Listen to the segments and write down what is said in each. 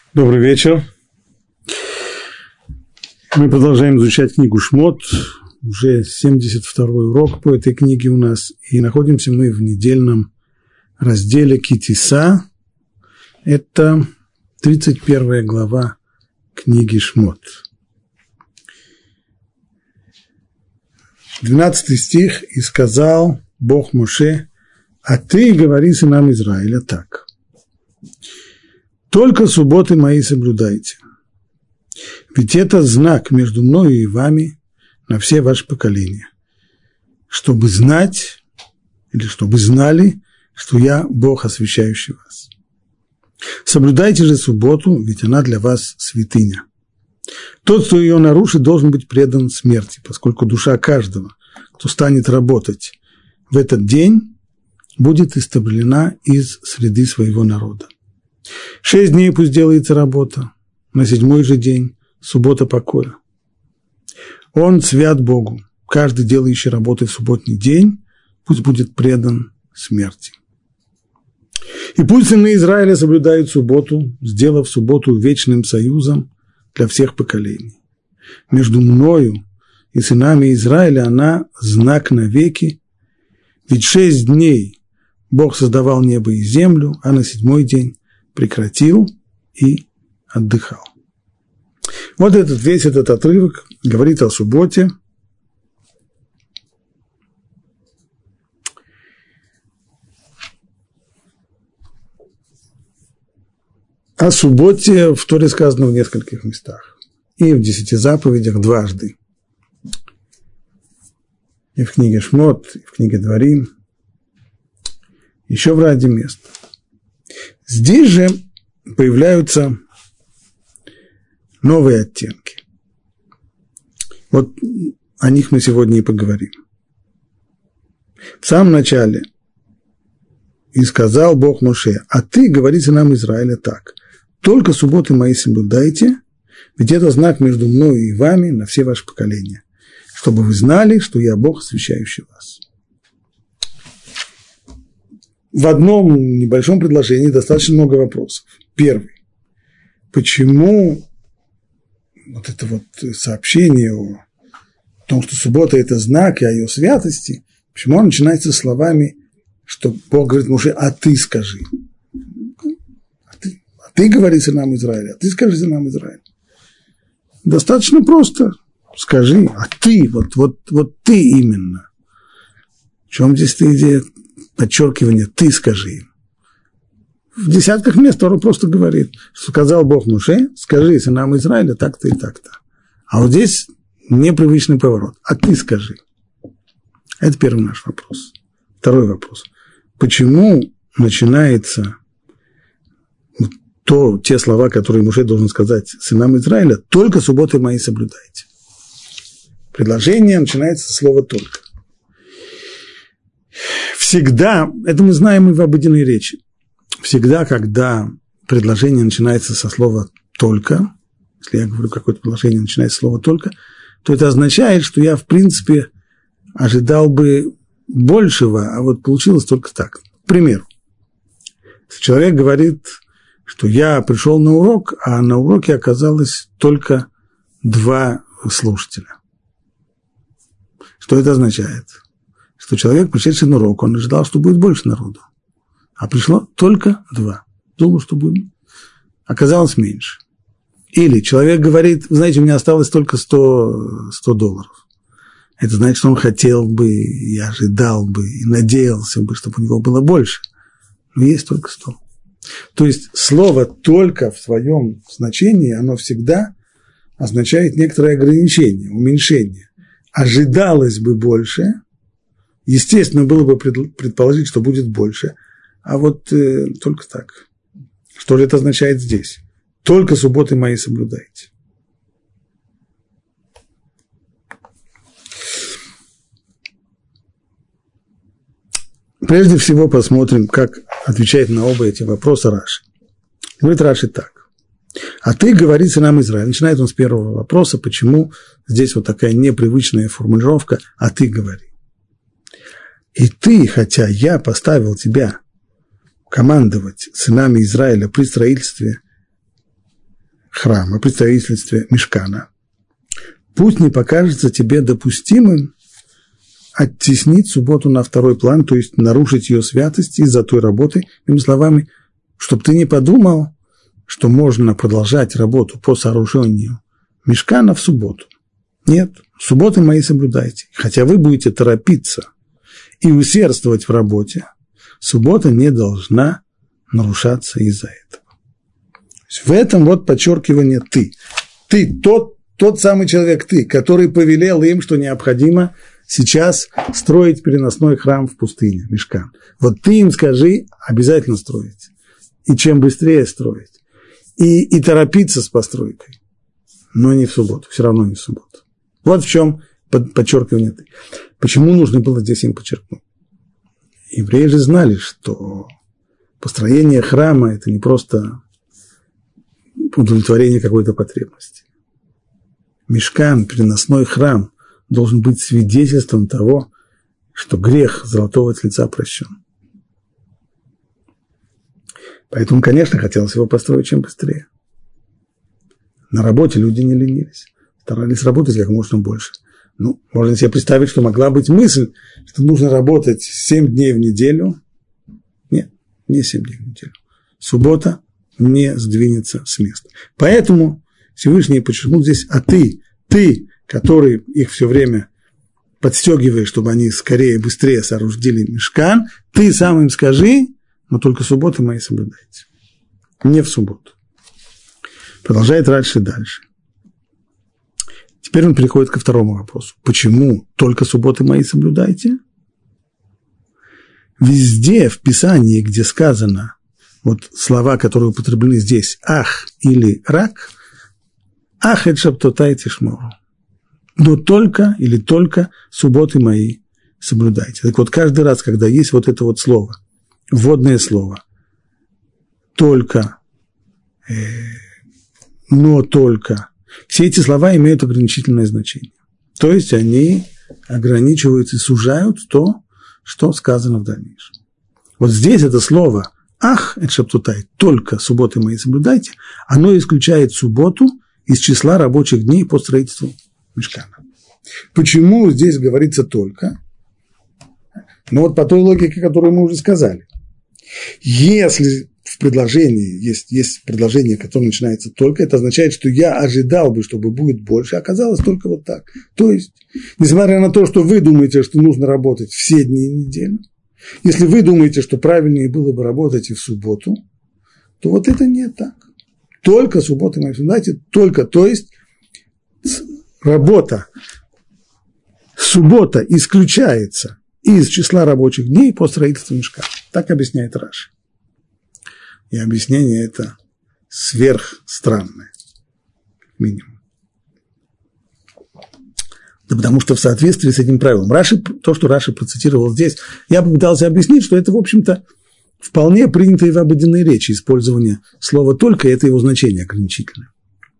Добрый вечер. Мы продолжаем изучать книгу «Шмот». Уже 72-й урок по этой книге у нас. И находимся мы в недельном разделе Ки-Тиса. Это 31 глава книги «Шмот». 12 стих. «И сказал Бог Моше: а ты говори сынам Израиля так. Только субботы мои соблюдайте, ведь это знак между мною и вами на все ваши поколения, чтобы знать, или чтобы знали, что я Бог, освящающий вас. Соблюдайте же субботу, ведь она для вас святыня. Тот, кто ее нарушит, должен быть предан смерти, поскольку душа каждого, кто станет работать в этот день, будет истреблена из среды своего народа. 6 дней пусть делается работа, на 7-й же день суббота покоя. Он свят Богу, каждый, делающий работу в субботний день, пусть будет предан смерти. И пусть сыны Израиля соблюдают субботу, сделав субботу вечным союзом для всех поколений. Между мною и сынами Израиля она знак навеки, ведь 6 дней Бог создавал небо и землю, а на 7-й день прекратил и отдыхал». Вот весь этот отрывок говорит о субботе. О субботе в Торе сказано в нескольких местах. И в 10 заповедях дважды. И в книге Шмот, и в книге Дворим. Еще в ряде мест. Здесь же появляются новые оттенки. Вот о них мы сегодня и поговорим. В самом начале «И сказал Бог Моше: а ты говори сынам Израиля так. Только субботы мои соблюдайте, ведь это знак между мною и вами на все ваши поколения, чтобы вы знали, что я Бог, освящающий вас». В одном небольшом предложении достаточно много вопросов. Первый. Почему вот это вот сообщение о том, что суббота – это знак, и о ее святости, почему оно начинается словами, что Бог говорит Моше: а ты скажи. А ты говори сынам Израиля, а ты скажи сынам Израиля. Достаточно просто. Скажи, а ты, вот ты именно. В чем здесь-то идея? Подчеркивание, ты скажи им. В десятках мест Тора просто говорит, что сказал Бог Моше: скажи сынам Израиля так-то и так-то. А вот здесь непривычный поворот. А ты скажи. Это первый наш вопрос. Второй вопрос. Почему начинается те слова, которые Моше должен сказать сынам Израиля: только субботы мои соблюдайте? Предложение начинается со слова «только». Всегда, это мы знаем и в обыденной речи, всегда, когда предложение начинается со слова «только», если я говорю, какое-то предложение начинается со слова «только», то это означает, что я, в принципе, ожидал бы большего, а вот получилось только так. К примеру, если человек говорит, что я пришел на урок, а на уроке оказалось только 2 слушателя. Что это означает? Что человек, пришедший на урок, он ожидал, что будет больше народу. А пришло только 2. Думал, что будет. Оказалось меньше. Или человек говорит: вы знаете, у меня осталось только $100. Это значит, что он хотел бы, и ожидал бы, и надеялся бы, чтобы у него было больше. Но есть только 100. То есть слово «только» в своем значении, оно всегда означает некоторое ограничение, уменьшение. Ожидалось бы больше. Естественно, было бы предположить, что будет больше, а вот только так. Что же это означает здесь? Только субботы мои соблюдайте. Прежде всего посмотрим, как отвечает на оба эти вопроса Раши. Говорит Раши так. А ты говори сынам Израиля. Начинает он с первого вопроса, почему здесь вот такая непривычная формулировка «а ты говори». И ты, хотя я поставил тебя командовать сынами Израиля при строительстве храма, при строительстве мишкана, пусть не покажется тебе допустимым оттеснить субботу на второй план, то есть нарушить ее святость из-за той работы, иными словами, чтобы ты не подумал, что можно продолжать работу по сооружению мишкана в субботу. Нет, субботы мои соблюдайте. Хотя вы будете торопиться и усердствовать в работе, суббота не должна нарушаться из-за этого. В этом вот подчеркивание ты. Ты тот самый человек ты, который повелел им, что необходимо сейчас строить переносной храм в пустыне, мишкан. Вот ты им скажи, обязательно строить. И чем быстрее строить. И торопиться с постройкой. Но не в субботу, все равно не в субботу. Вот в чем подчеркивание ты. Почему нужно было здесь им подчеркнуть? Евреи же знали, что построение храма – это не просто удовлетворение какой-то потребности. Мишкан, переносной храм, должен быть свидетельством того, что грех золотого тельца прощен. Поэтому, конечно, хотелось его построить чем быстрее. На работе люди не ленились, старались работать как можно больше. Ну, можно себе представить, что могла быть мысль, что нужно работать 7 дней в неделю. Нет, не 7 дней в неделю. Суббота не сдвинется с места. Поэтому Всевышний подчеркнул здесь, а ты, который их все время подстегиваешь, чтобы они скорее, быстрее соорудили мишкан, ты сам им скажи, но только субботы мои соблюдайте. Не в субботу. Продолжает Раши дальше. Теперь он переходит ко второму вопросу. Почему только субботы мои соблюдайте? Везде в Писании, где сказано вот слова, которые употреблены здесь, ах или рак, ах это шаптотай тишмору. Но только или только субботы мои соблюдайте. Так вот, каждый раз, когда есть вот это вот слово, вводное слово, только, но только, все эти слова имеют ограничительное значение. То есть они ограничивают и сужают то, что сказано в дальнейшем. Вот здесь это слово «ах» – это шаптутай, только субботы мои соблюдайте, оно исключает субботу из числа рабочих дней по строительству мишкана. Почему здесь говорится «только»? Ну вот по той логике, которую мы уже сказали. Если в предложении есть предложение, которое начинается «только», это означает, что я ожидал бы, чтобы будет больше, а оказалось только вот так. То есть, несмотря на то, что вы думаете, что нужно работать все дни недели, если вы думаете, что правильнее было бы работать и в субботу, то вот это не так. Только суббота, знаете, только, то есть работа, суббота исключается из числа рабочих дней по строительству мишкана. Так объясняет Раши. И объяснение это сверхстранное, минимум. Да потому что в соответствии с этим правилом Раши, то, что Раши процитировал здесь, я попытался объяснить, что это, в общем-то, вполне принятое в обыденной речи использование слова «только», и это его значение ограничительное.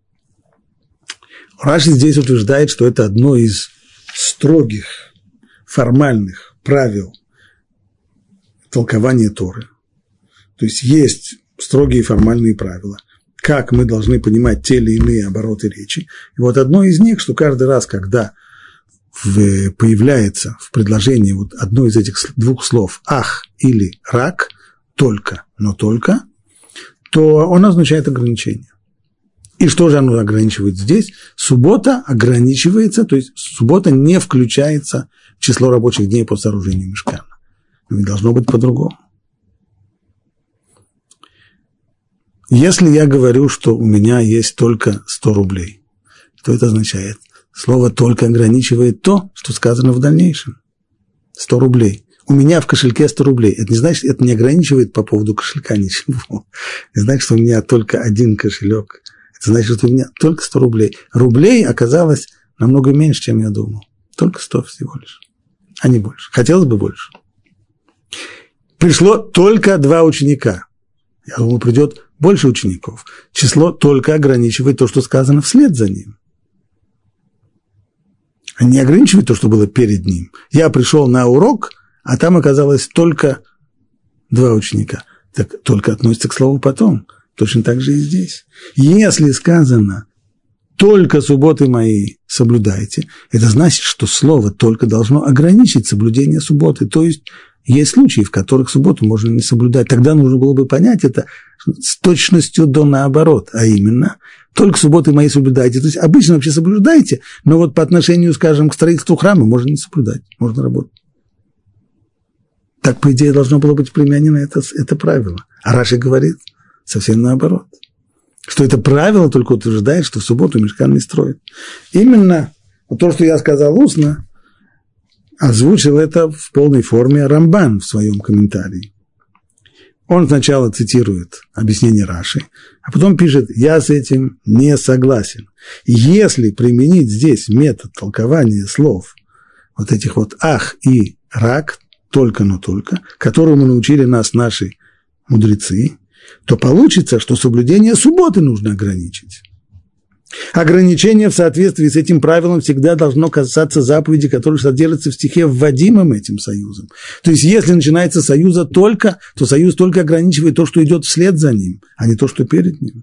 Раши здесь утверждает, что это одно из строгих, формальных правил толкования Торы. То есть есть строгие формальные правила, как мы должны понимать те или иные обороты речи. И вот одно из них, что каждый раз, когда появляется в предложении вот одно из этих двух слов «ах» или «рак», «только», но «только», то он означает ограничение. И что же оно ограничивает здесь? Суббота ограничивается, то есть суббота не включается в число рабочих дней по сооружению мишкана. Не должно быть по-другому. Если я говорю, что у меня есть только 100 рублей, что это означает? Слово «только» ограничивает то, что сказано в дальнейшем. 100 рублей. У меня в кошельке 100 рублей. Это не значит, это не ограничивает по поводу кошелька ничего. Это значит, что у меня только один кошелек. Это значит, что у меня только 100 рублей. Рублей оказалось намного меньше, чем я думал. Только 100 всего лишь, а не больше. Хотелось бы больше. Пришло только 2 ученика. Я думал, придет больше учеников. Число «только» ограничивает то, что сказано вслед за ним. А не ограничивает то, что было перед ним. Я пришел на урок, а там оказалось только 2 ученика. Так только относится к слову «потом». точно так же и здесь. Если сказано «только субботы мои соблюдайте», это значит, что слово «только» должно ограничить соблюдение субботы. То есть есть случаи, в которых субботу можно не соблюдать. Тогда нужно было бы понять это с точностью до наоборот, а именно «только субботы мои соблюдайте». То есть обычно вообще соблюдайте, но вот по отношению, скажем, к строительству храма можно не соблюдать, можно работать. Так, по идее, должно было быть применено это правило. А Раши говорит совсем наоборот, что это правило только утверждает, что в субботу мишкан не строят. Именно вот то, что я сказал устно, озвучил это в полной форме Рамбан в своем комментарии. Он сначала цитирует объяснение Раши, а потом пишет: «Я с этим не согласен». Если применить здесь метод толкования слов, вот этих вот «ах» и «рак», «только, но только», которому научили нас наши мудрецы, то получится, что соблюдение субботы нужно ограничить. Ограничение в соответствии с этим правилом всегда должно касаться заповеди, которые содержатся в стихе, вводимым этим союзом. То есть, если начинается союза только, то союз только ограничивает то, что идет вслед за ним, а не то, что перед ним.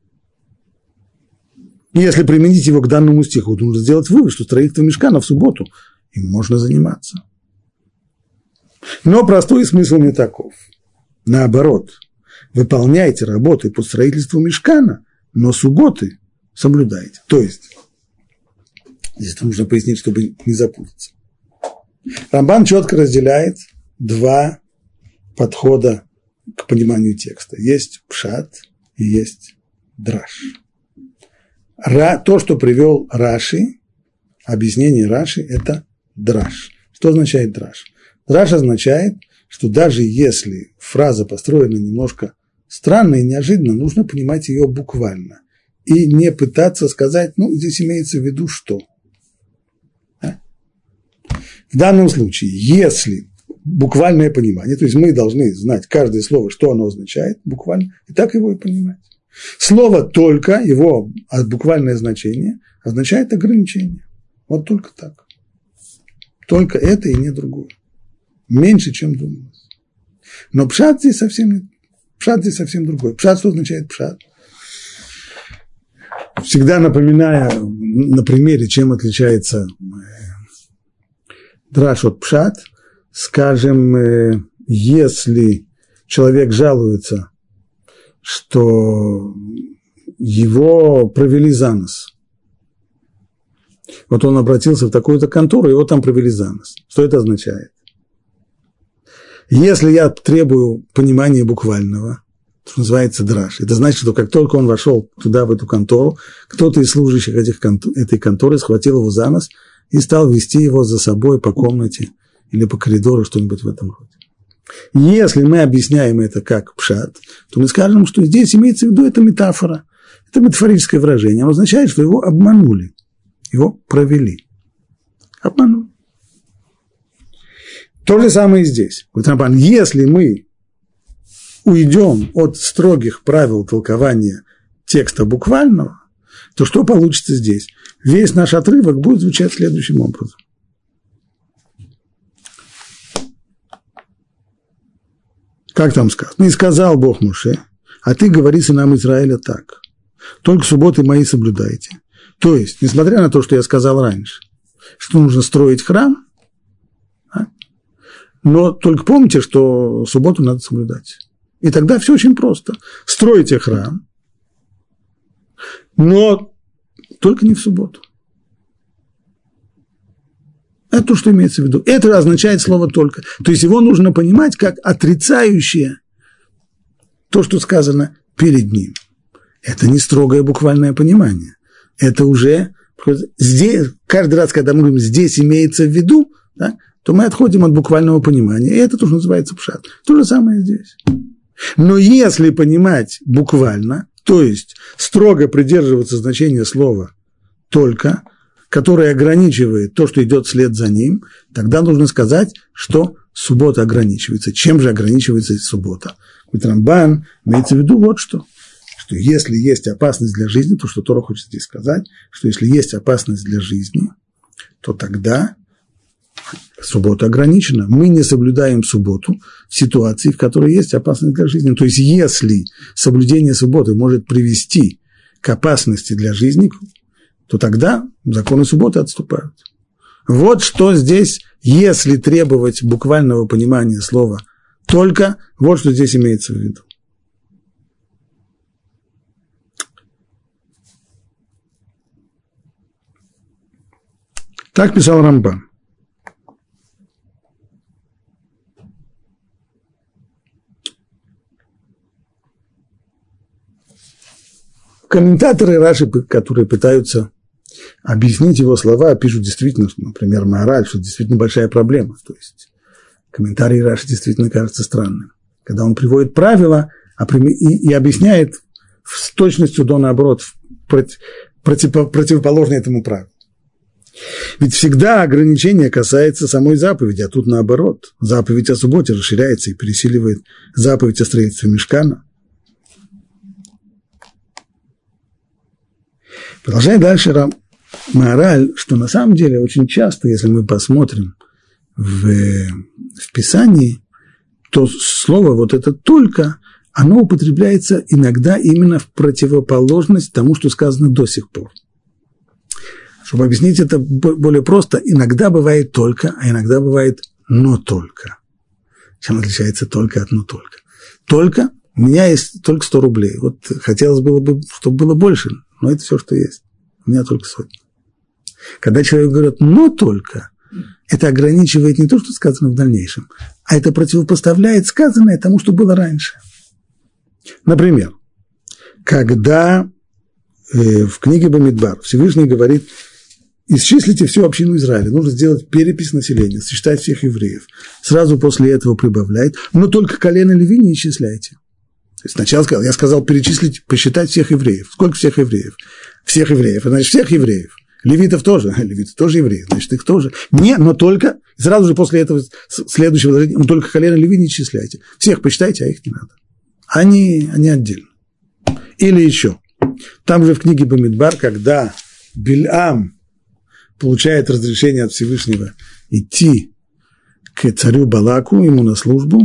И если применить его к данному стиху, то нужно сделать вывод, что строительство мишкана в субботу им можно заниматься. Но простой смысл не таков. Наоборот, выполняйте работы по строительству мишкана, но субботы соблюдайте. То есть, здесь это нужно пояснить, чтобы не запутаться. Рамбан четко разделяет два подхода к пониманию текста. Есть пшат и есть драш. То, что привел Раши, объяснение Раши – это драш. Что означает драш? Драш означает, что даже если фраза построена немножко странно и неожиданно, нужно понимать ее буквально. И не пытаться сказать, здесь имеется в виду что. В данном случае, если буквальное понимание, то есть мы должны знать каждое слово, что оно означает буквально, и так его и понимать. Слово «только», его буквальное значение, означает ограничение. Вот только так. Только это и не другое. Меньше, чем думалось. Но пшат здесь совсем другой. Пшат, что означает пшат? Всегда напоминая на примере, чем отличается драш от пшат, скажем, если человек жалуется, что его провели за нос. Вот он обратился в такую-то контору, его там провели за нос. Что это означает? Если я требую понимания буквального, что называется драш, это значит, что как только он вошел туда, в эту контору, кто-то из служащих этой конторы схватил его за нос и стал вести его за собой по комнате или по коридору, что-нибудь в этом роде. Если мы объясняем это как пшат, то мы скажем, что здесь имеется в виду эта метафора, это метафорическое выражение, оно означает, что его обманули, его провели. Обманули. То же самое и здесь. Если мы уйдем от строгих правил толкования текста буквального, то что получится здесь? Весь наш отрывок будет звучать следующим образом. Как там сказано? «И сказал Бог Моше, а ты говори сынам Израиля так: только субботы мои соблюдайте». То есть, несмотря на то, что я сказал раньше, что нужно строить храм, но только помните, что субботу надо соблюдать. И тогда все очень просто. Стройте храм, но только не в субботу. Это то, что имеется в виду. Это означает слово «только». То есть его нужно понимать как отрицающее то, что сказано перед ним. Это не строгое буквальное понимание. Это уже здесь, каждый раз, когда мы говорим «здесь имеется в виду», да, то мы отходим от буквального понимания. И это тоже называется пшат. То же самое здесь. Но если понимать буквально, то есть строго придерживаться значения слова «только», которое ограничивает то, что идет вслед за ним, тогда нужно сказать, что суббота ограничивается. Чем же ограничивается суббота? Рамбан имеется в виду вот что если есть опасность для жизни, то что Тора хочет здесь сказать, что если есть опасность для жизни, то тогда Суббота ограничена. Мы не соблюдаем субботу в ситуации, в которой есть опасность для жизни. То есть, если соблюдение субботы может привести к опасности для жизни, то тогда законы субботы отступают. Вот что здесь, если требовать буквального понимания слова «только», вот что здесь имеется в виду. Так писал Рамбан. Комментаторы Раши, которые пытаются объяснить его слова, пишут действительно, например, Маораль, что это действительно большая проблема. То есть комментарий Раши действительно кажется странным. Когда он приводит правила и объясняет с точностью до наоборот, противоположное этому правилу. Ведь всегда ограничение касается самой заповеди, а тут наоборот. Заповедь о субботе расширяется и пересиливает заповедь о строительстве мишкана. Продолжает дальше Маораль, что на самом деле очень часто, если мы посмотрим в Писании, то слово вот это «только», оно употребляется иногда именно в противоположность тому, что сказано до сих пор. Чтобы объяснить это более просто, иногда бывает «только», а иногда бывает «но только». Чем отличается «только» от «но только»? «Только» у меня есть только 100 рублей. Вот хотелось было бы, чтобы было больше, но это все, что есть. У меня только 100. Когда человек говорит «но только», это ограничивает не то, что сказано в дальнейшем, а это противопоставляет сказанное тому, что было раньше. Например, когда в книге Бамидбар Всевышний говорит: исчислите всю общину Израиля, нужно сделать перепись населения, сосчитать всех евреев. Сразу после этого прибавляет, но только колено Леви не исчисляйте. То есть сначала я сказал перечислить, посчитать всех евреев. Сколько всех евреев? Всех евреев, значит, всех евреев. Левитов тоже евреи, значит, их тоже. Не, но только, сразу же после этого следующего, но только колено Леви не исчисляйте. Всех посчитайте, а их не надо. Они отдельно. Или еще. Там же в книге Бамидбар, когда Бильам получает разрешение от Всевышнего идти к царю Балаку, ему на службу,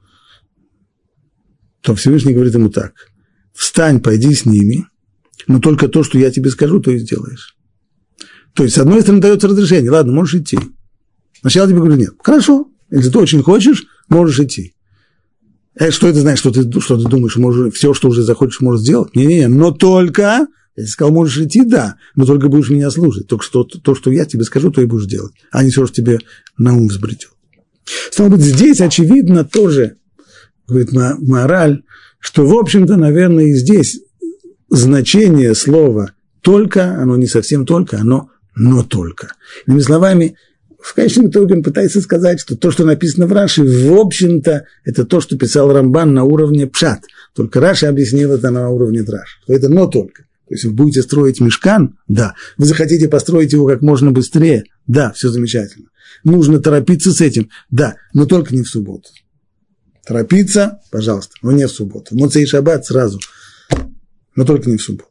то Всевышний говорит ему так: встань, пойди с ними, но только то, что я тебе скажу, то и сделаешь. То есть, с одной стороны, дается разрешение, ладно, можешь идти. Сначала тебе говорю: нет, хорошо, если ты очень хочешь, можешь идти. Что это значит, что ты думаешь, можешь, все, что уже захочешь, можешь сделать? Не-не-не, но только, если сказал, можешь идти, да, но только будешь меня слушать. Только что, то, что я тебе скажу, то и будешь делать, а не все, что тебе на ум взбредет. Стало быть, здесь, очевидно, тоже, говорит Маораль, что, в общем-то, наверное, и здесь значение слова «только», оно не совсем «только», оно «но только». Иными словами, в конечном итоге он пытается сказать, что то, что написано в Раши, в общем-то, это то, что писал Рамбан на уровне пшат. Только Раши объяснил это на уровне драш. Что это «но только». То есть вы будете строить мишкан, да. Вы захотите построить его как можно быстрее, да, все замечательно. Нужно торопиться с этим, да, но только не в субботу. Торопиться, пожалуйста, но не в субботу. Моцей шаббат сразу, но только не в субботу.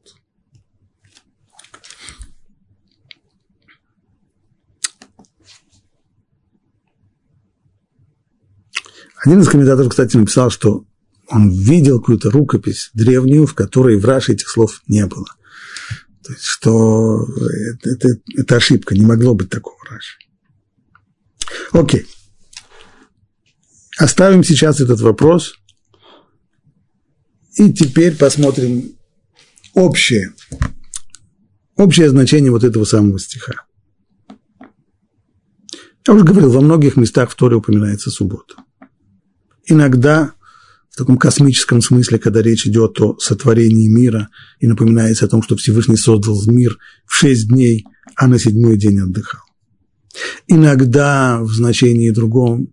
Один из комментаторов, кстати, написал, что он видел какую-то рукопись древнюю, в которой в Раши этих слов не было. То есть, что это ошибка, не могло быть такого Раши. Окей. Оставим сейчас этот вопрос. И теперь посмотрим общее значение вот этого самого стиха. Я уже говорил, во многих местах в Торе упоминается суббота. Иногда в таком космическом смысле, когда речь идет о сотворении мира, и напоминается о том, что Всевышний создал мир в 6 дней, а на 7-й день отдыхал. Иногда в значении другом,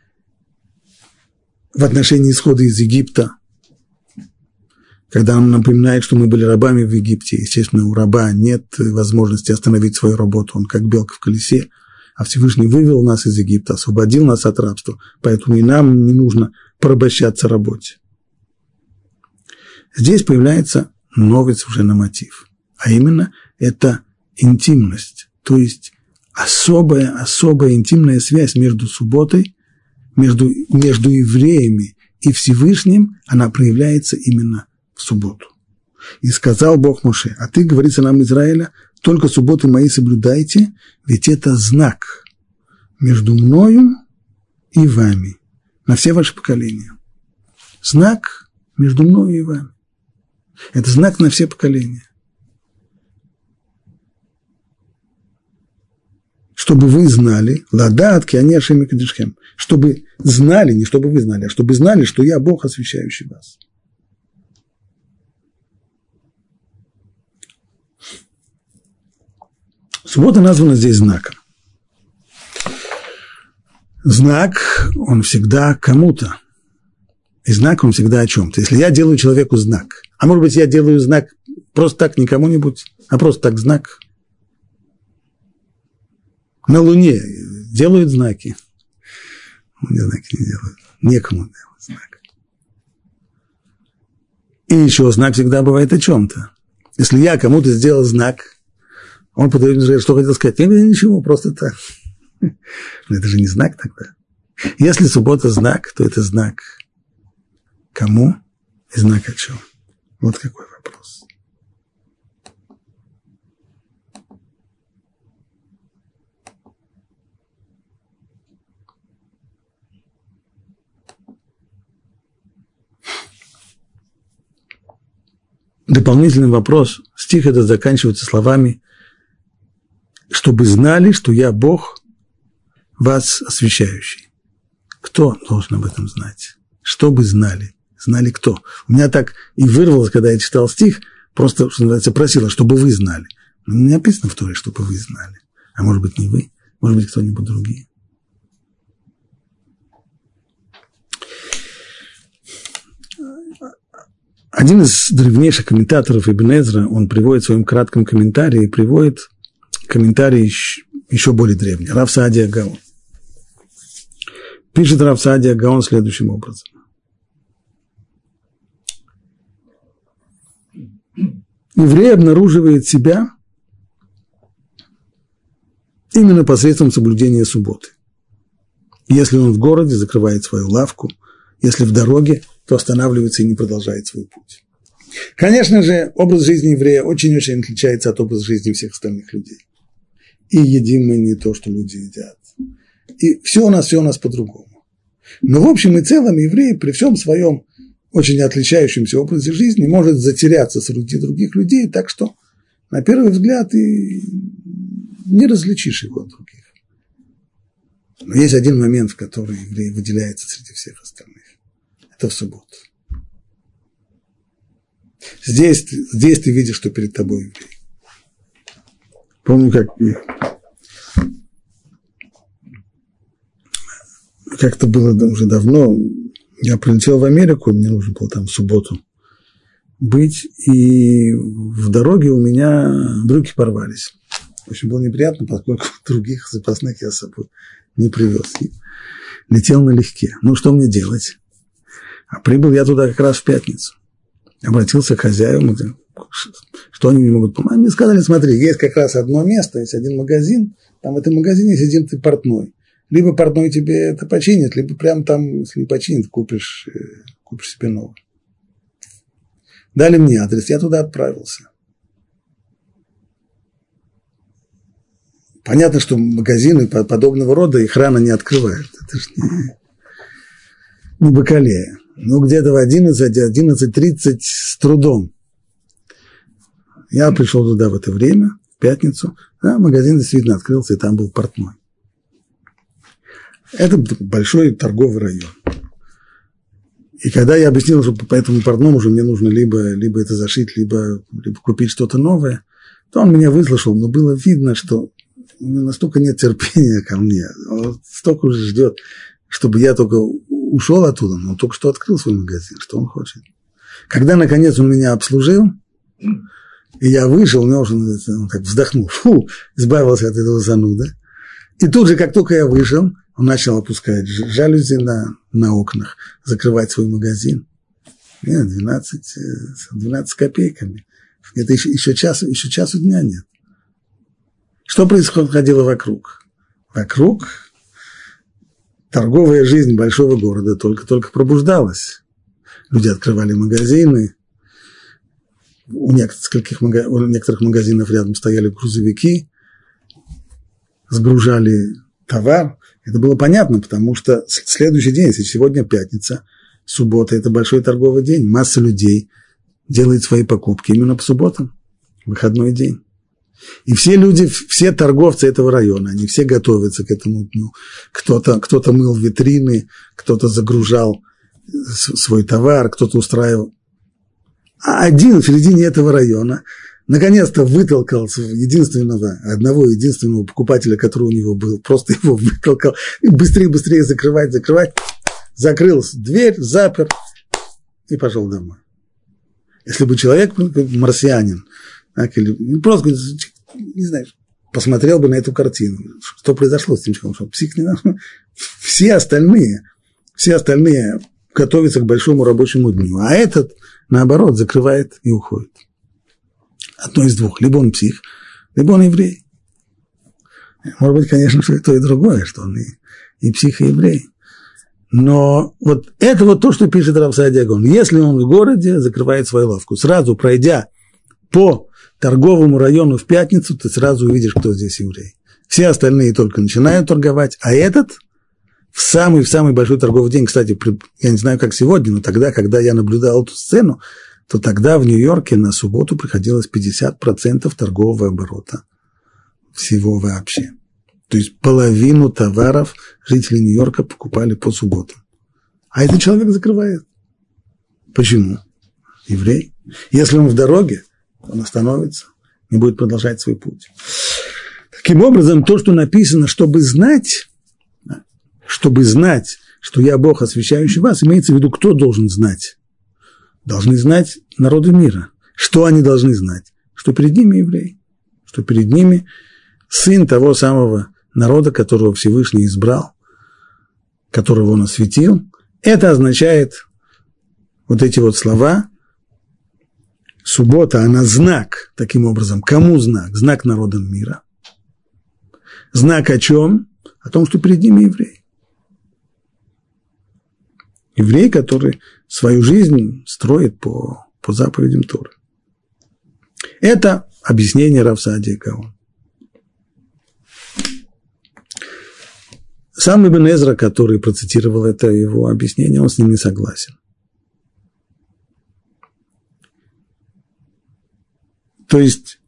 в отношении исхода из Египта, когда он напоминает, что мы были рабами в Египте. Естественно, у раба нет возможности остановить свою работу, он как белка в колесе, а Всевышний вывел нас из Египта, освободил нас от рабства, поэтому и нам не нужно порабощаться работе. Здесь появляется новый совершенно мотив, а именно это интимность, то есть особая интимная связь между субботой, между евреями и Всевышним, она проявляется именно в субботу. И сказал Бог Моше: а ты, говорит сынам Израиля, только субботы мои соблюдайте, ведь это знак между мною и вами на все ваши поколения. Знак между мною и вами. Это знак на все поколения. Чтобы вы знали, ладат киани Ашем микадешхем, чтобы знали, не чтобы вы знали, а чтобы знали, что я Бог, освящающий вас. Суббота названа здесь знаком. Знак, он всегда кому-то. И знак, он всегда о чем-то. Если я делаю человеку знак, а может быть, я делаю знак просто так, не кому-нибудь, а просто так знак. На Луне делают знаки. Мне знаки не делают. Некому делать знак. И еще знак всегда бывает о чем-то. Если я кому-то сделал знак, он подает мне, что хотел сказать. Я говорю, ничего, просто так. Но это же не знак тогда. Если суббота знак, то это знак кому и знак о чем. Вот какой вопрос. Дополнительный вопрос. Стих этот заканчивается словами: чтобы знали, что я Бог, вас освящающий. Кто должен об этом знать? Чтобы знали. Знали кто? У меня так и вырвалось, когда я читал стих, просто, что называется, просила, чтобы вы знали. Но не написано в Торе, чтобы вы знали. А может быть, не вы, может быть, кто-нибудь другие. Один из древнейших комментаторов Ибн Эзра, он приводит в своем кратком комментарии, приводит комментарий еще более древний, Рав Саадия Гаон. Пишет Рав Саадия Гаон следующим образом. Еврей обнаруживает себя именно посредством соблюдения субботы. Если он в городе, закрывает свою лавку, если в дороге, то останавливается и не продолжает свой путь. Конечно же, образ жизни еврея очень-очень отличается от образа жизни всех остальных людей. И едим мы не то, что люди едят. И все у нас по-другому. Но в общем и целом еврей при всем своем очень отличающемся образе жизни может затеряться среди других людей, так что на первый взгляд и не различишь его от других. Но есть один момент, в который еврей выделяется среди всех остальных. Это в субботу. Здесь ты видишь, что перед тобой еврей. Помню, как-то было уже давно, я прилетел в Америку, мне нужно было там в субботу быть, и в дороге у меня брюки порвались. Очень было неприятно, поскольку других запасных я с собой не привез. И летел налегке. Ну, что мне делать? А прибыл я туда как раз в пятницу. Обратился к хозяевам, что они мне могут помочь. Мне сказали, смотри, есть как раз одно место, есть один магазин, там в этом магазине сидит ты портной. Либо портной тебе это починит, либо прямо там, если не починит, купишь себе новый. Дали мне адрес, я туда отправился. Понятно, что магазины подобного рода их рано не открывают. Это же не бакалея. Ну, где-то в 11:30 с трудом. Я пришел туда в это время, в пятницу. Да, магазин действительно открылся, и там был портной. Это большой торговый район. И когда я объяснил, что по этому портному уже мне нужно либо это зашить, либо купить что-то новое, то он меня выслушал, но было видно, что у него настолько нет терпения ко мне, он столько уже ждет, чтобы я только ушел оттуда, но он только что открыл свой магазин, что он хочет. Когда, наконец, он меня обслужил, и я вышел, он так вздохнул, избавился от этого зануда. И тут же, как только я вышел, он начал опускать жалюзи на окнах, закрывать свой магазин. Нет, 12 копейками. Это еще часу дня нет. Что происходило вокруг? Вокруг торговая жизнь большого города только-только пробуждалась. Люди открывали магазины, у некоторых магазинов рядом стояли грузовики, сгружали товар. Это было понятно, потому что следующий день, если сегодня пятница, суббота – это большой торговый день, масса людей делает свои покупки именно по субботам, выходной день. И все люди, все торговцы этого района, они все готовятся к этому дню. Кто-то мыл витрины, кто-то загружал свой товар, кто-то устраивал. А один в середине этого района наконец-то вытолкал одного единственного покупателя, который у него был, просто его вытолкал, и быстрее закрывать, закрыл дверь, запер и пошел домой. Если бы человек, марсианин, так, или просто, не знаю, посмотрел бы на эту картину, что произошло с этим человеком, что псих не надо. Все остальные готовятся к большому рабочему дню, а этот, наоборот, закрывает и уходит. Одно из двух. Либо он псих, либо он еврей. Может быть, конечно, что и то, и другое, что он и псих, и еврей. Но вот это вот то, что пишет Рав Сааdia Гаон. Если он в городе, закрывает свою лавку. Сразу пройдя по торговому району в пятницу, ты сразу увидишь, кто здесь еврей. Все остальные только начинают торговать, а этот в самый большой торговый день, кстати, я не знаю, как сегодня, но тогда, когда я наблюдал эту сцену, то тогда в Нью-Йорке на субботу приходилось 50% торгового оборота всего вообще. То есть половину товаров жители Нью-Йорка покупали по субботам. А этот человек закрывает. Почему? Еврей. Если он в дороге, он остановится, не будет продолжать свой путь. Таким образом, то, что написано, чтобы знать, что я Бог, освящающий вас, имеется в виду, кто должен знать? Должны знать народы мира. Что они должны знать? Что перед ними еврей, что перед ними сын того самого народа, которого Всевышний избрал, которого он осветил. Это означает вот эти вот слова. Суббота, она знак, таким образом. Кому знак? Знак народам мира. Знак о чем? О том, что перед ними еврей. Еврей, который свою жизнь строит по заповедям Торы. Это объяснение Рав Сааdia Гаон. Сам Ибн Эзра, который процитировал это его объяснение, он с ним не согласен. То есть,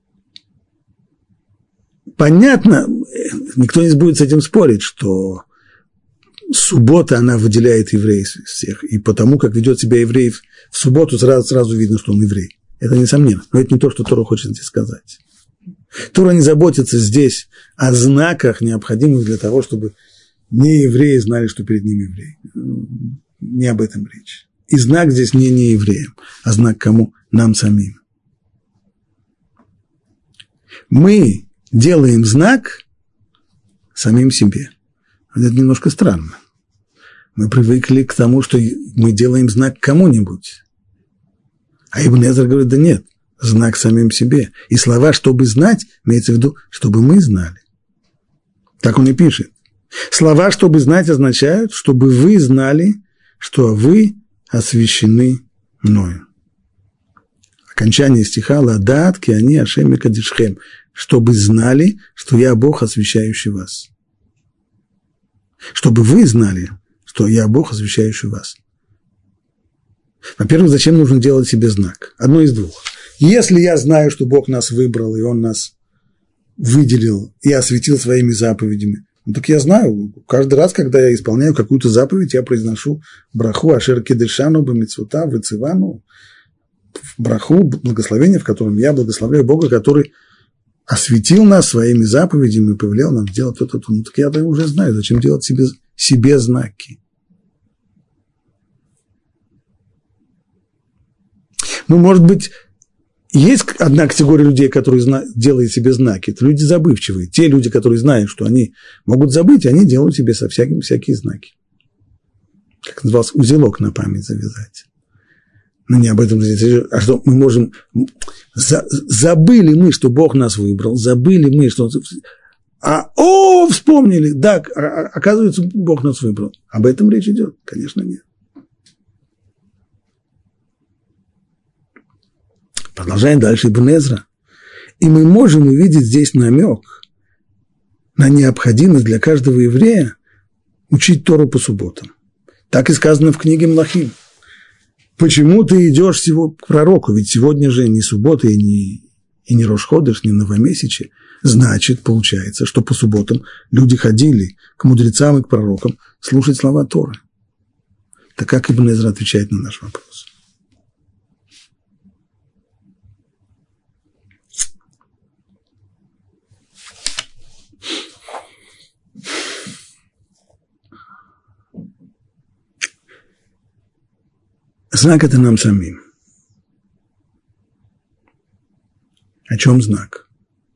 понятно, никто не будет с этим спорить, что суббота, она выделяет евреев всех, и потому, как ведет себя еврей в субботу, сразу видно, что он еврей. Это несомненно, но это не то, что Тора хочет здесь сказать. Тора не заботится здесь о знаках, необходимых для того, чтобы неевреи знали, что перед ними еврей. Не об этом речь. И знак здесь не евреям, а знак кому? Нам самим. Мы делаем знак самим себе. Это немножко странно. Мы привыкли к тому, что мы делаем знак кому-нибудь. А Ибн Эзра говорит, да нет, знак самим себе. И слова «чтобы знать» имеется в виду, чтобы мы знали. Так он и пишет. Слова «чтобы знать» означают, чтобы вы знали, что вы освящены мною. Окончание стиха «Ладат ки ани Ашем мекадешхем», чтобы знали, что я Бог, освящающий вас. Чтобы вы знали, что я Бог, освящающий вас. Во-первых, зачем нужно делать себе знак? Одно из двух. Если я знаю, что Бог нас выбрал, и Он нас выделил и осветил своими заповедями, ну, так я знаю, каждый раз, когда я исполняю какую-то заповедь, я произношу браху ашер кидешану бамицвута вецивану, браху, благословение, в котором я благословляю Бога, который осветил нас своими заповедями и повелел нам сделать то-то. Ну, так я уже знаю, зачем делать себе знаки. Ну, может быть, есть одна категория людей, которые делают себе знаки. Это люди забывчивые. Те люди, которые знают, что они могут забыть, они делают себе всякие знаки. Как называлось, узелок на память завязать. Но не об этом здесь речь. А что мы можем... Забыли мы, что Бог нас выбрал, забыли мы, что... Вспомнили, да, оказывается, Бог нас выбрал. Об этом речь идет? Конечно, нет. Продолжаем дальше Ибн Эзра. И мы можем увидеть здесь намек на необходимость для каждого еврея учить Тору по субботам. Так и сказано в книге Млахим. Почему ты идешь к пророку? Ведь сегодня же не суббота и не Рош ходеш, не новомесячие. Значит, получается, что по субботам люди ходили к мудрецам и к пророкам слушать слова Торы. Так как Ибн Эзра отвечает на наш вопрос? Знак – это нам самим. О чем знак?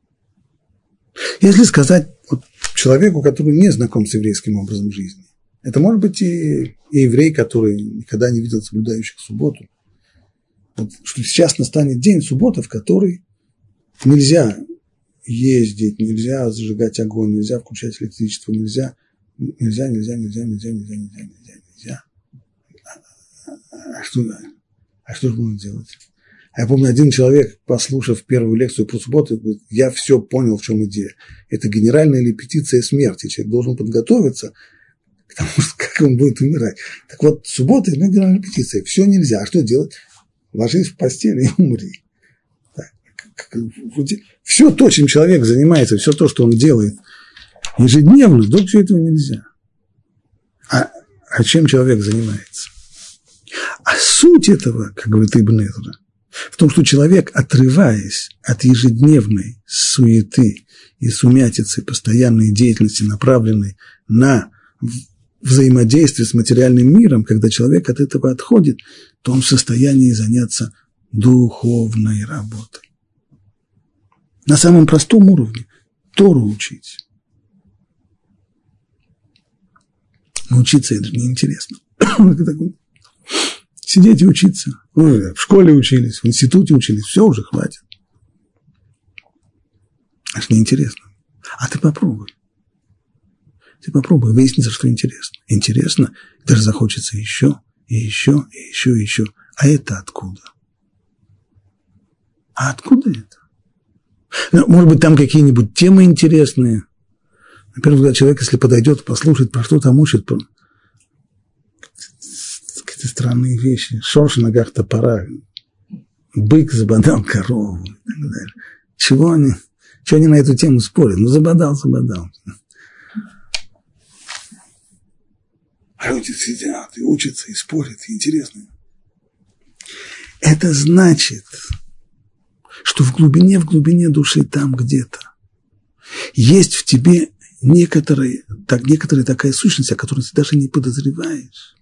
Если сказать человеку, который не знаком с еврейским образом жизни, это может быть и еврей, который никогда не видел соблюдающих субботу, что сейчас настанет день субботы, в который нельзя ездить, нельзя зажигать огонь, нельзя включать электричество, нельзя. А что же будем делать? А я помню, один человек, послушав первую лекцию про субботу, говорит: я все понял, в чем идея. Это генеральная репетиция смерти. Человек должен подготовиться к тому, как он будет умирать. Так вот, суббота – это генеральная репетиция. Все нельзя. А что делать? Ложись в постель и умри. Так. Все то, чем человек занимается, все то, что он делает ежедневно, вдруг все этого нельзя. А чем человек занимается? А суть этого, как говорит Ибн Эзра, в том, что человек, отрываясь от ежедневной суеты и сумятицы, постоянной деятельности, направленной на взаимодействие с материальным миром, когда человек от этого отходит, то он в состоянии заняться духовной работой. На самом простом уровне Тору учить. Но учиться это неинтересно. Сидеть и учиться. В школе учились, в институте учились, все уже хватит. Аж неинтересно. А ты попробуй. Выяснится, что интересно. Интересно, даже захочется еще, и еще, и еще, и еще. А это откуда? А откуда это? Ну, может быть, там какие-нибудь темы интересные. На первый взгляд, человек, если подойдет, послушает, про что там учат, какие-то странные вещи. Шорш в ногах топора, бык забодал корову и так далее. Чего они на эту тему спорят? Ну, забодал. А люди сидят и учатся, и спорят, и интересно. Это значит, что в глубине души там где-то есть в тебе некоторая такая сущность, о которой ты даже не подозреваешь.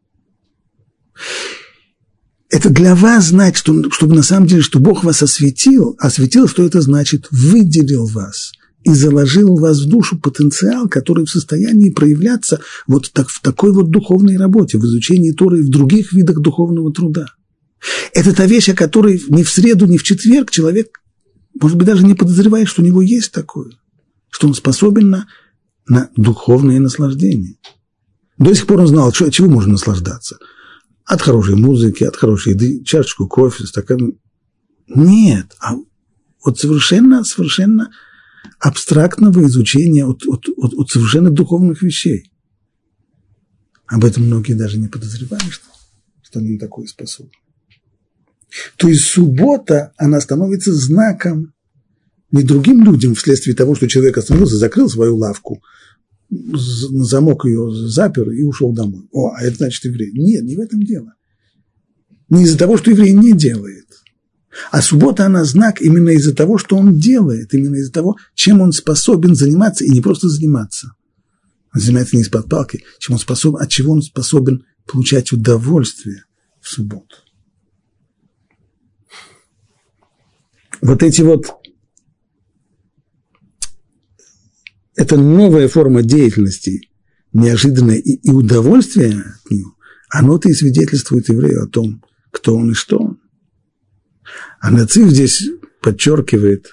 Это для вас знать, чтобы на самом деле, что Бог вас осветил, что это значит? Выделил вас и заложил в вас в душу потенциал, который в состоянии проявляться вот так, в такой вот духовной работе, в изучении Торы и в других видах духовного труда. Это та вещь, о которой ни в среду, ни в четверг человек, может быть, даже не подозревает, что у него есть такое, что он способен на духовное наслаждение. До сих пор он знал, от чего можно наслаждаться. От хорошей музыки, от хорошей еды, чашечку кофе, стакан. Нет, а от совершенно абстрактного изучения, от совершенно духовных вещей. Об этом многие даже не подозревают, что они на такое способны. То есть суббота, она становится знаком не другим людям вследствие того, что человек остановился, закрыл свою лавку, замок ее запер и ушел домой. А это значит еврей. Нет, не в этом дело. Не из-за того, что еврей не делает. А суббота, она знак именно из-за того, что он делает, именно из-за того, чем он способен заниматься, и не просто заниматься. Он занимается не из-под палки, от чего он способен получать удовольствие в субботу. Вот эти вот, это новая форма деятельности, неожиданное и удовольствие от нее, оно-то и свидетельствует еврею о том, кто он и что он. А Нацив здесь подчеркивает,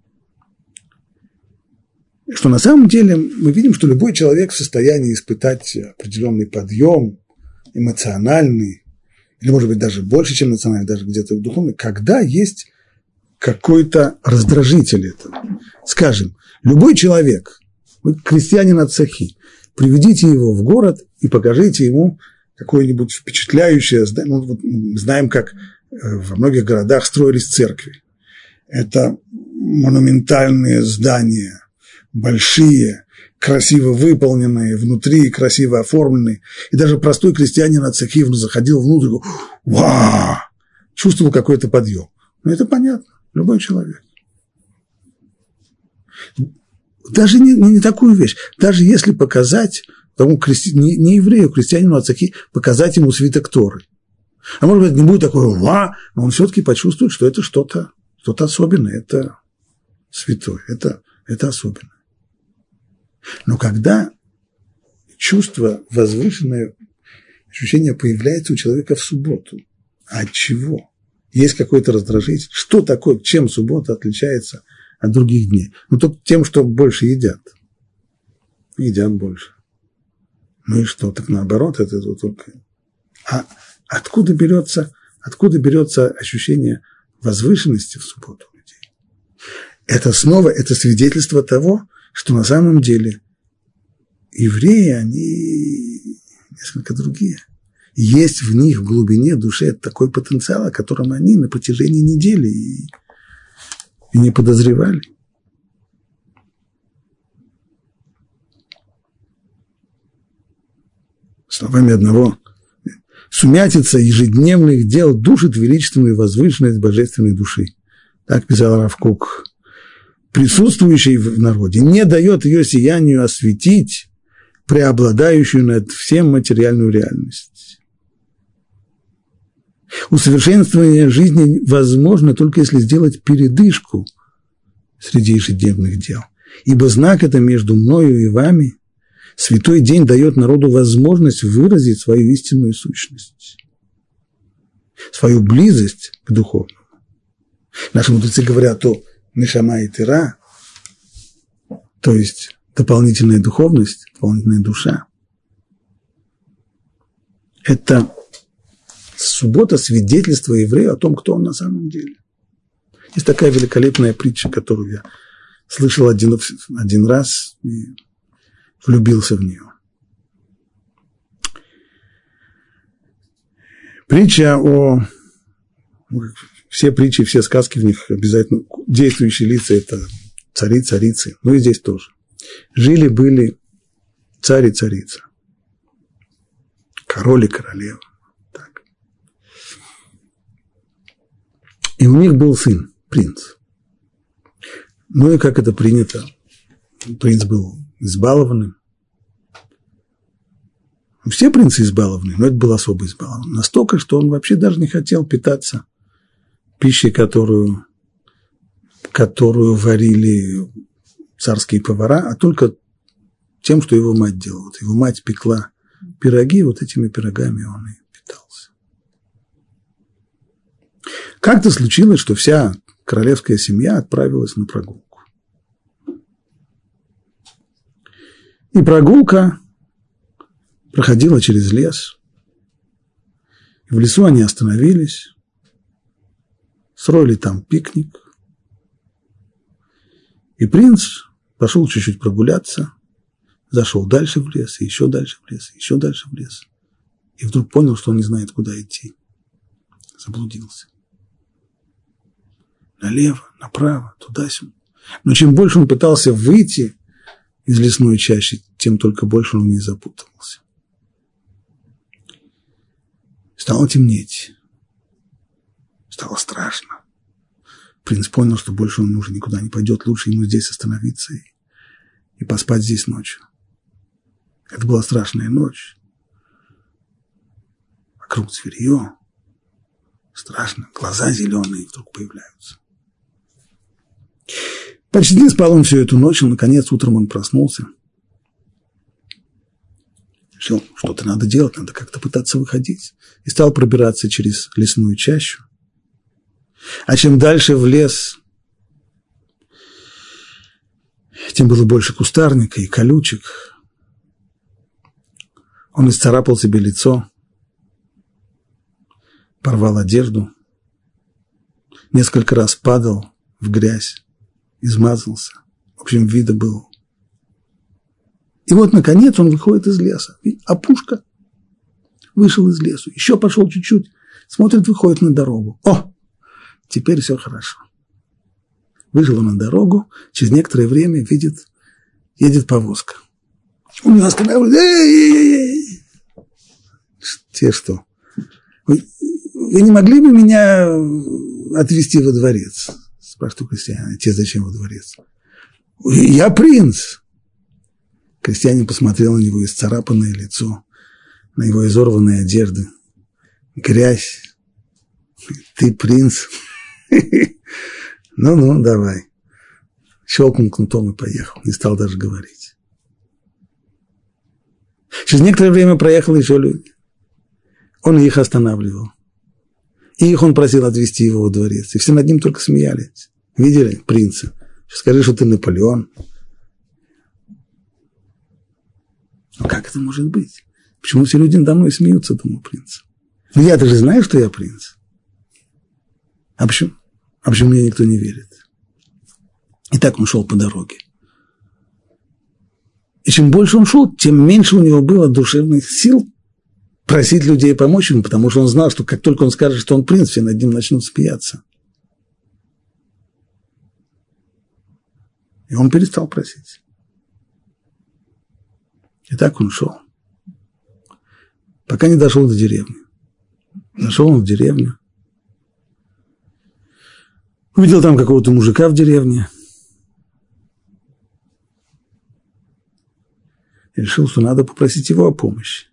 что на самом деле мы видим, что любой человек в состоянии испытать определенный подъем эмоциональный, или, может быть, даже больше, чем эмоциональный, даже где-то духовный, когда есть какой-то раздражитель этого. Скажем, любой человек, вы крестьянин от Цахи, приведите его в город и покажите ему какое-нибудь впечатляющее здание. Ну, вот знаем, как во многих городах строились церкви. Это монументальные здания, большие, красиво выполненные, внутри красиво оформленные. И даже простой крестьянин от Цахи заходил внутрь и говорил: «Вау!» Чувствовал какой-то подъем. Но это понятно, любой человек. Даже не такую вещь. Даже если показать тому не еврею, крестьянину от Цахи, показать ему свиток Торы. А может быть, не будет такого «ва», но он все-таки почувствует, что это что-то особенное, это святое, это особенное. Но когда чувство возвышенное, ощущение появляется у человека в субботу, от чего? Есть какой-то раздражитель. Что такое, чем суббота отличается от других дней? Ну, только тем, что больше едят. Едят больше. Ну и что? Так наоборот, это только... А откуда берется ощущение возвышенности в субботу у людей? Это снова, это свидетельство того, что на самом деле евреи, они несколько другие. Есть в них в глубине души такой потенциал, о котором они на протяжении недели и не подозревали. Словами одного: сумятица ежедневных дел душит величественную возвышенность божественной души. Так писал Рав Кук. Присутствующий в народе не дает ее сиянию осветить преобладающую над всем материальную реальность. Усовершенствование жизни возможно только если сделать передышку среди ежедневных дел. Ибо знак это между мною и вами. Святой день дает народу возможность выразить свою истинную сущность, свою близость к духовному. Наши мудрецы говорят о нешама и тира, то есть дополнительная духовность, дополнительная душа. Это суббота свидетельство еврею о том, кто он на самом деле. Есть такая великолепная притча, которую я слышал один раз и влюбился в нее. Притча о... Все притчи, все сказки в них обязательно... Действующие лица – это цари, царицы. Ну и здесь тоже. Жили-были царь и царица. Король и королева. Так. И у них был сын, принц. Ну и как это принято, принц был избалованным. Все принцы избалованы, но это был особо избалован. Настолько, что он вообще даже не хотел питаться пищей, которую варили царские повара, а только тем, что его мать делала. Вот его мать пекла пироги, вот этими пирогами он и питался. Как-то случилось, что вся королевская семья отправилась на прогулку. И прогулка проходила через лес. И в лесу они остановились, строили там пикник. И принц пошел чуть-чуть прогуляться, зашел дальше в лес, и еще дальше в лес, и еще дальше в лес. И вдруг понял, что он не знает, куда идти. Заблудился. Налево, направо, туда-сюда. Но чем больше он пытался выйти из лесной чащи, тем только больше он в ней запутывался. Стало темнеть. Стало страшно. Принц понял, что больше он уже никуда не пойдет, лучше ему здесь остановиться и поспать здесь ночью. Это была страшная ночь. Вокруг зверье. Страшно. Глаза зеленые вдруг появляются. Почти не спал он всю эту ночь, но, наконец, утром он проснулся. Все, что-то надо делать, надо как-то пытаться выходить. И стал пробираться через лесную чащу. А чем дальше в лес, тем было больше кустарника и колючек. Он исцарапал себе лицо, порвал одежду, несколько раз падал в грязь, измазался. В общем, вида был. И вот, наконец, он выходит из леса. Опушка. Вышел из лесу. Еще пошел чуть-чуть. Смотрит, выходит на дорогу. О! Теперь все хорошо. Вышел он на дорогу. Через некоторое время видит, едет повозка. Он ее останавливает. Эй! Те что? Вы не могли бы меня отвезти во дворец? Спрашивает у крестьяна. Те зачем во дворец? Я принц. Крестьянин посмотрел на него исцарапанное лицо, на его изорванные одежды, грязь. Ты принц? Ну, давай. Щелкнул кнутом и поехал. Не стал даже говорить. Через некоторое время проехали еще люди. Он их останавливал. И их он просил отвезти его во дворец. И все над ним только смеялись. Видели принца? Скажи, что ты Наполеон. Ну, как это может быть? Почему все люди надо мной смеются, думаю, принц? Ну, я-то же знаю, что я принц. А почему мне никто не верит? И так он шел по дороге. И чем больше он шел, тем меньше у него было душевных сил просить людей помочь ему, потому что он знал, что как только он скажет, что он принц, все над ним начнут смеяться. И он перестал просить. И так он шел. Пока не дошел до деревни. Дошел он в деревню. Увидел там какого-то мужика в деревне. И решил, что надо попросить его о помощи.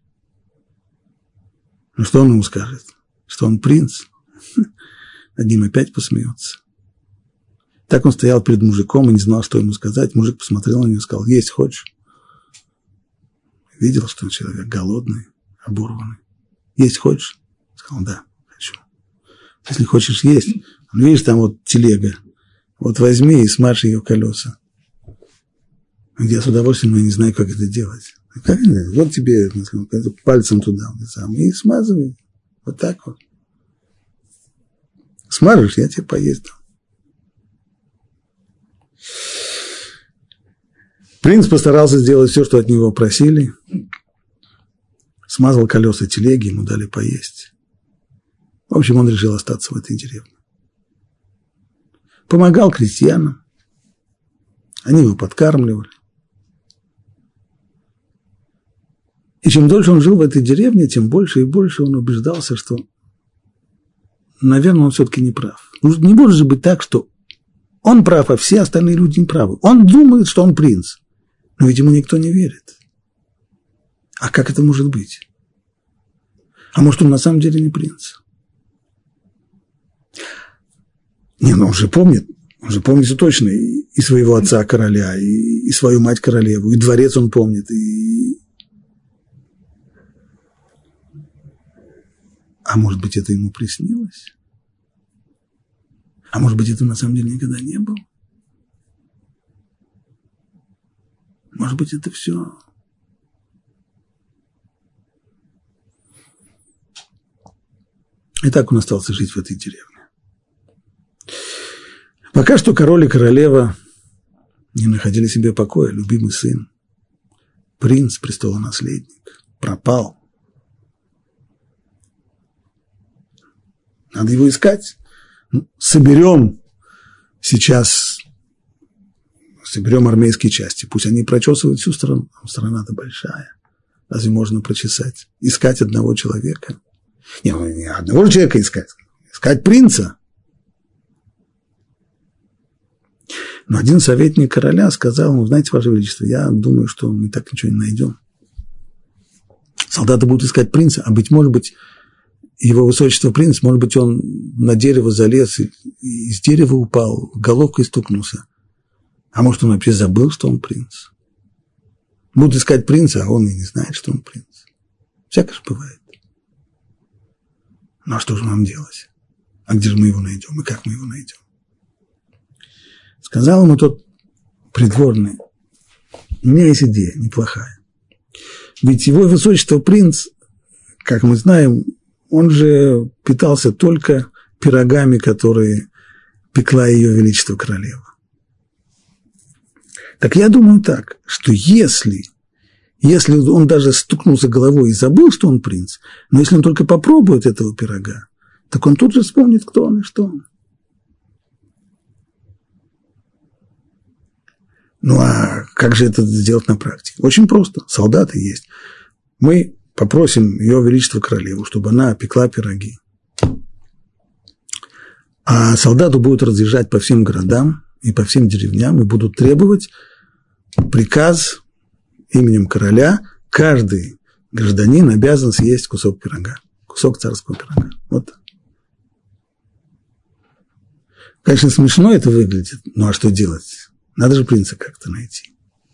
Ну, что он ему скажет? Что он принц? Над ним опять посмеется. Так он стоял перед мужиком и не знал, что ему сказать. Мужик посмотрел на него и сказал: есть хочешь? Видел, что человек голодный, оборванный. Есть хочешь? Сказал: да, хочу. Если хочешь есть, видишь, там вот телега. Вот возьми и смажь ее колеса. Я с удовольствием, но я не знаю, как это делать. Как это? Вот тебе пальцем туда, и смазывай. Вот так вот. Смажешь, я тебе поесть дам. Принц постарался сделать все, что от него просили. Смазал колеса телеги, ему дали поесть. В общем, он решил остаться в этой деревне. Помогал крестьянам. Они его подкармливали. И чем дольше он жил в этой деревне, тем больше и больше он убеждался, что, наверное, он все-таки не прав. Не может же быть так, что он прав, а все остальные люди не правы. Он думает, что он принц, но ведь ему никто не верит. А как это может быть? А может, он на самом деле не принц? Не, ну он же помнит все точно, и своего отца короля, и свою мать королеву, и дворец он помнит, А может быть, это ему приснилось? А может быть, это на самом деле никогда не было? Может быть, это все... И так он остался жить в этой деревне. Пока что король и королева не находили себе покоя. Любимый сын, принц, престолонаследник, пропал. Надо его искать. Соберем армейские части. Пусть они прочесывают всю страну. Страна-то большая. Разве можно прочесать? Искать одного человека? Не одного человека искать. Искать принца. Но один советник короля сказал: знаете, Ваше Величество, я думаю, что мы так ничего не найдем. Солдаты будут искать принца, а быть может, его высочество принц, может быть, он на дерево залез и с дерева упал, головкой стукнулся. А может, он вообще забыл, что он принц. Будут искать принца, а он и не знает, что он принц. Всякое же бывает. Ну, а что же нам делать? А где же мы его найдем? И как мы его найдем? Сказал ему тот придворный: у меня есть идея неплохая. Ведь его высочество принц, как мы знаем, он же питался только пирогами, которые пекла ее величество королева. Так я думаю так, что если он даже стукнулся головой и забыл, что он принц, но если он только попробует этого пирога, так он тут же вспомнит, кто он и что он. Ну, а как же это сделать на практике? Очень просто. Солдаты есть. Мы попросим ее величество королеву, чтобы она пекла пироги. А солдаты будут разъезжать по всем городам и по всем деревням и будут требовать приказ именем короля: каждый гражданин обязан съесть кусок пирога, кусок царского пирога. Вот так. Конечно, смешно это выглядит, ну а что делать? Надо же принца как-то найти.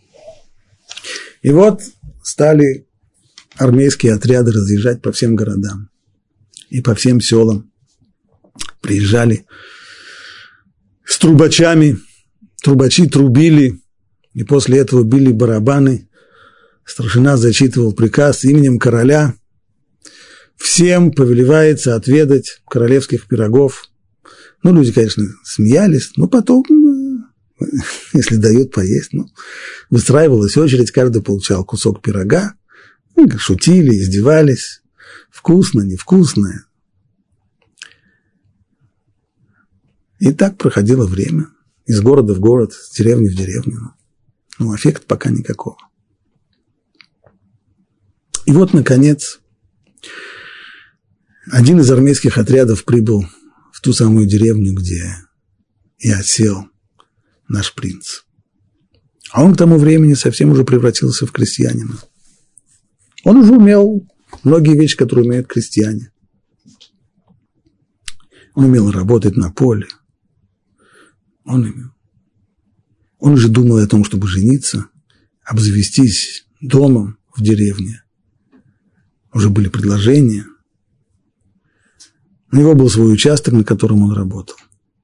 И вот стали армейские отряды разъезжать по всем городам и по всем селам. Приезжали с трубачами, трубачи трубили, и после этого били барабаны. Старшина зачитывал приказ: именем короля всем повелевается отведать королевских пирогов. Ну, люди, конечно, смеялись, но потом, если дают поесть, выстраивалась очередь, каждый получал кусок пирога, шутили, издевались, вкусно, невкусно. И так проходило время, из города в город, из деревни в деревню. Ну, эффекта пока никакого. И вот, наконец, один из армейских отрядов прибыл в ту самую деревню, где и осел наш принц. А он к тому времени совсем уже превратился в крестьянина. Он уже умел многие вещи, которые умеют крестьяне. Он умел работать на поле. Он уже думал о том, чтобы жениться, обзавестись домом в деревне. Уже были предложения. У него был свой участок, на котором он работал.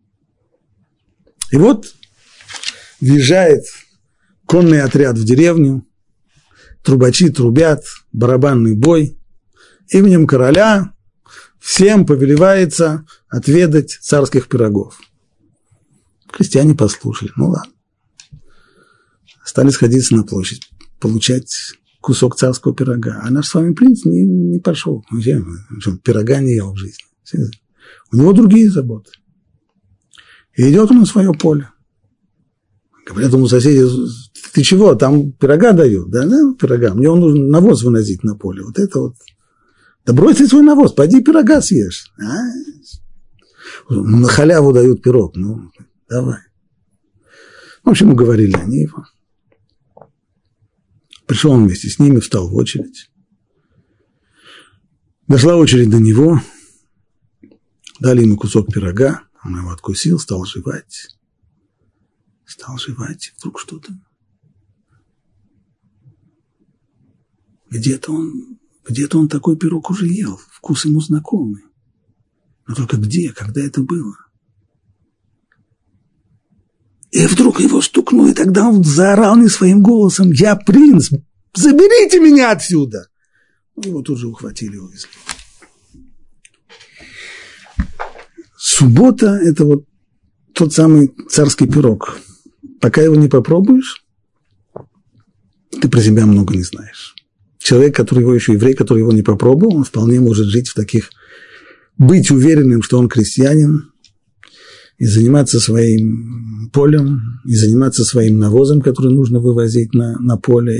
И вот въезжает конный отряд в деревню, трубачи трубят, барабанный бой. Именем короля всем повелевается отведать царских пирогов. Крестьяне послушали, ну ладно. Стали сходиться на площадь, получать кусок царского пирога. А наш с вами принц не пошел. Пирога не ел в жизни. У него другие заботы. И идет он на свое поле. Говорят ему соседи: ты чего, там пирога дают? Да, пирога. Мне нужно навоз выносить на поле. Вот это вот. Да брось ты свой навоз, пойди пирога съешь. На халяву дают пирог. Ну, давай. В общем, уговорили они его. Пришел он вместе с ними, встал в очередь. Дошла очередь до него. Дали ему кусок пирога. Он его откусил, стал жевать. Вдруг что-то. Где-то он такой пирог уже ел. Вкус ему знакомый. Но только где, когда это было? И вдруг его стукнуло, и тогда он заорал не своим голосом: я принц, заберите меня отсюда! Его тут же ухватили и увезли. Суббота – это вот тот самый царский пирог. Пока его не попробуешь, ты про себя много не знаешь. Человек, который его еще еврей, который его не попробовал, он вполне может жить в таких, быть уверенным, что он крестьянин, и заниматься своим полем, и заниматься своим навозом, который нужно вывозить на поле,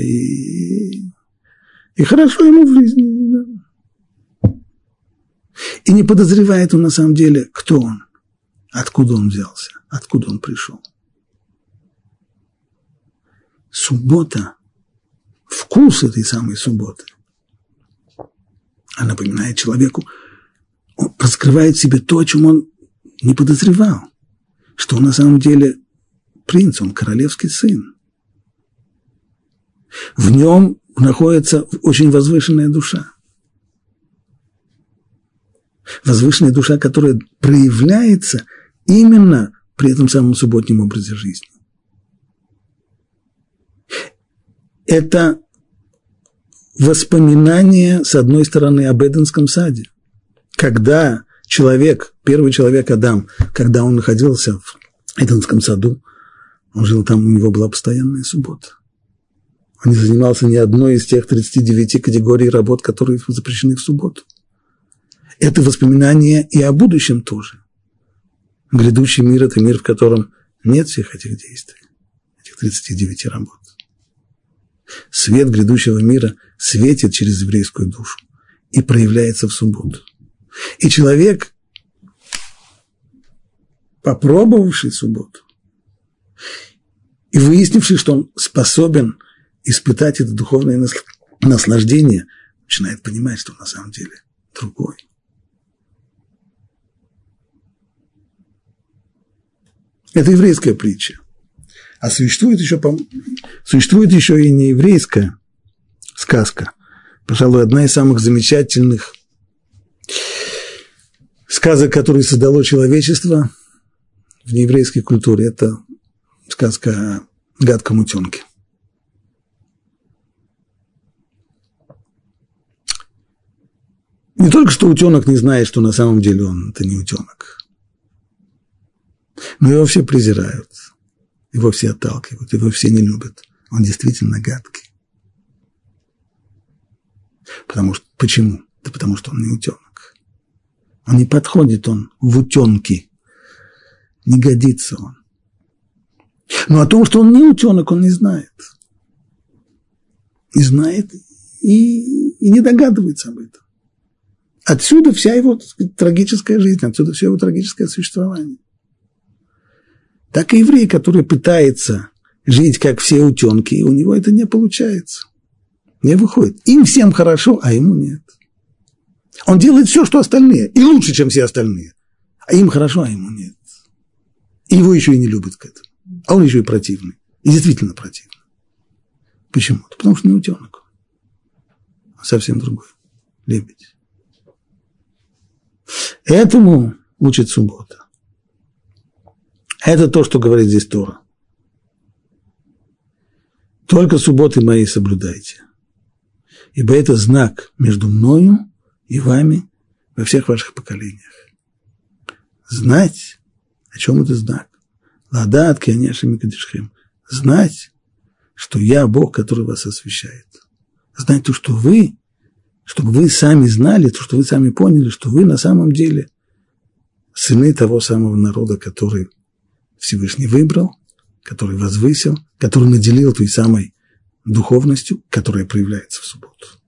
и хорошо ему в жизни. Да. И не подозревает он на самом деле, кто он, откуда он взялся, откуда он пришел. Суббота, вкус этой самой субботы, она напоминает человеку, он раскрывает в себе то, о чем он не подозревал, что он на самом деле принц, он королевский сын. В нем находится очень возвышенная душа. Возвышенная душа, которая проявляется именно при этом самом субботнем образе жизни. Это воспоминание, с одной стороны, об Эденском саде. Когда человек, первый человек Адам, когда он находился в Эденском саду, он жил там, у него была постоянная суббота. Он не занимался ни одной из тех 39 категорий работ, которые запрещены в субботу. Это воспоминание и о будущем тоже. Грядущий мир – это мир, в котором нет всех этих действий, этих 39 работ. Свет грядущего мира светит через еврейскую душу и проявляется в субботу. И человек, попробовавший субботу и выяснивший, что он способен испытать это духовное наслаждение, начинает понимать, что он на самом деле другой. Это еврейская притча. А существует еще и нееврейская сказка. Пожалуй, одна из самых замечательных сказок, которые создало человечество в нееврейской культуре. Это сказка о гадком утенке. Не только что утенок не знает, что на самом деле он это не утенок, но его все презирают, его все отталкивают, его все не любят. Он действительно гадкий. Почему? Да потому что он не утенок. Он не подходит, он в утенки. Не годится он. Но о том, что он не утенок, он не знает. Не знает и не догадывается об этом. Отсюда вся его, так сказать, трагическая жизнь, отсюда все его трагическое существование. Так и еврей, который пытается жить, как все утенки, у него это не получается. Не выходит. Им всем хорошо, а ему нет. Он делает все, что остальные, и лучше, чем все остальные. А им хорошо, а ему нет. И его еще и не любят к этому. А он еще и противный. И действительно противный. Почему? Да потому что не утенок. А совсем другой. Лебедь. Этому учит суббота. Это то, что говорит здесь Тора. Только субботы мои соблюдайте, ибо это знак между мною и вами во всех ваших поколениях. Знать, о чем это знак? Ладат кианешем кадишхем. Знать, что я Бог, который вас освящает. Знать то, что вы, чтобы вы сами знали, то, что вы сами поняли, что вы на самом деле сыны того самого народа, который Всевышний выбрал, который возвысил, который наделил той самой духовностью, которая проявляется в субботу.